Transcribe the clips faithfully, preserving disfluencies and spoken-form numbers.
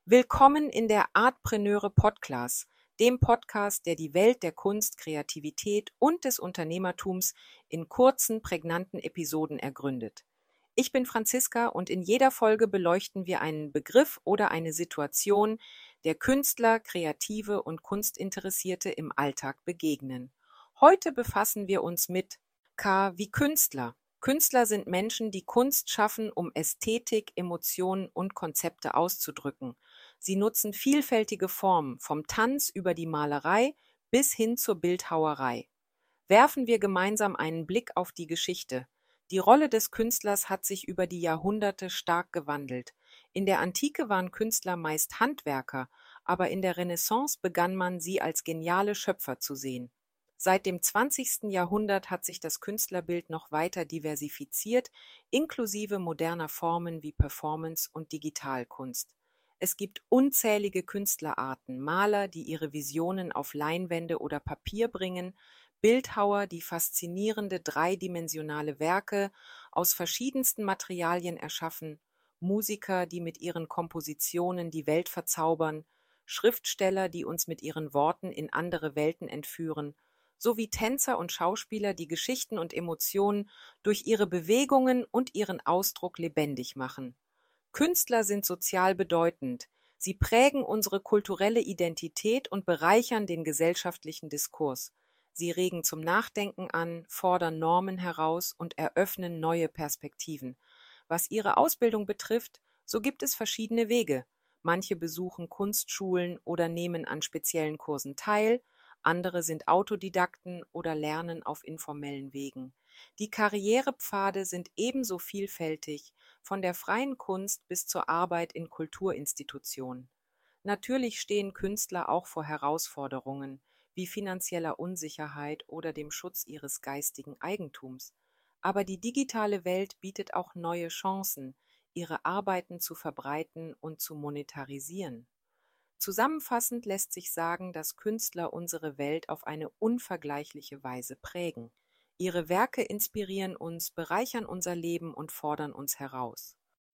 Willkommen in der Artpreneure Podcast, dem Podcast, der die Welt der Kunst, Kreativität und des Unternehmertums in kurzen, prägnanten Episoden ergründet. Ich bin Franziska und in jeder Folge beleuchten wir einen Begriff oder eine Situation, der Künstler, Kreative und Kunstinteressierte im Alltag begegnen. Heute befassen wir uns mit K wie Künstler. Künstler sind Menschen, die Kunst schaffen, um Ästhetik, Emotionen und Konzepte auszudrücken. Sie nutzen vielfältige Formen, vom Tanz über die Malerei bis hin zur Bildhauerei. Werfen wir gemeinsam einen Blick auf die Geschichte. Die Rolle des Künstlers hat sich über die Jahrhunderte stark gewandelt. In der Antike waren Künstler meist Handwerker, aber in der Renaissance begann man sie als geniale Schöpfer zu sehen. Seit dem zwanzigsten Jahrhundert hat sich das Künstlerbild noch weiter diversifiziert, inklusive moderner Formen wie Performance und Digitalkunst. Es gibt unzählige Künstlerarten, Maler, die ihre Visionen auf Leinwände oder Papier bringen, Bildhauer, die faszinierende dreidimensionale Werke aus verschiedensten Materialien erschaffen, Musiker, die mit ihren Kompositionen die Welt verzaubern, Schriftsteller, die uns mit ihren Worten in andere Welten entführen, sowie Tänzer und Schauspieler, die Geschichten und Emotionen durch ihre Bewegungen und ihren Ausdruck lebendig machen. Künstler sind sozial bedeutend. Sie prägen unsere kulturelle Identität und bereichern den gesellschaftlichen Diskurs. Sie regen zum Nachdenken an, fordern Normen heraus und eröffnen neue Perspektiven. Was ihre Ausbildung betrifft, so gibt es verschiedene Wege. Manche besuchen Kunstschulen oder nehmen an speziellen Kursen teil, andere sind Autodidakten oder lernen auf informellen Wegen. Die Karrierepfade sind ebenso vielfältig, von der freien Kunst bis zur Arbeit in Kulturinstitutionen. Natürlich stehen Künstler auch vor Herausforderungen, wie finanzieller Unsicherheit oder dem Schutz ihres geistigen Eigentums. Aber die digitale Welt bietet auch neue Chancen, ihre Arbeiten zu verbreiten und zu monetarisieren. Zusammenfassend lässt sich sagen, dass Künstler unsere Welt auf eine unvergleichliche Weise prägen. Ihre Werke inspirieren uns, bereichern unser Leben und fordern uns heraus.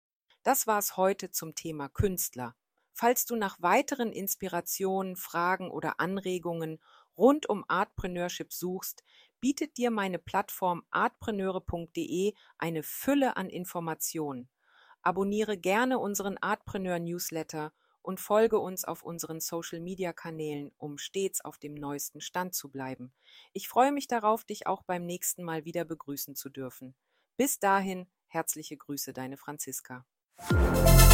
Das war's heute zum Thema Künstler. Falls du nach weiteren Inspirationen, Fragen oder Anregungen rund um Artpreneurship suchst, bietet dir meine Plattform artpreneure punkt de eine Fülle an Informationen. Abonniere gerne unseren Artpreneur-Newsletter und folge uns auf unseren Social-Media-Kanälen, um stets auf dem neuesten Stand zu bleiben. Ich freue mich darauf, dich auch beim nächsten Mal wieder begrüßen zu dürfen. Bis dahin, herzliche Grüße, deine Franziska.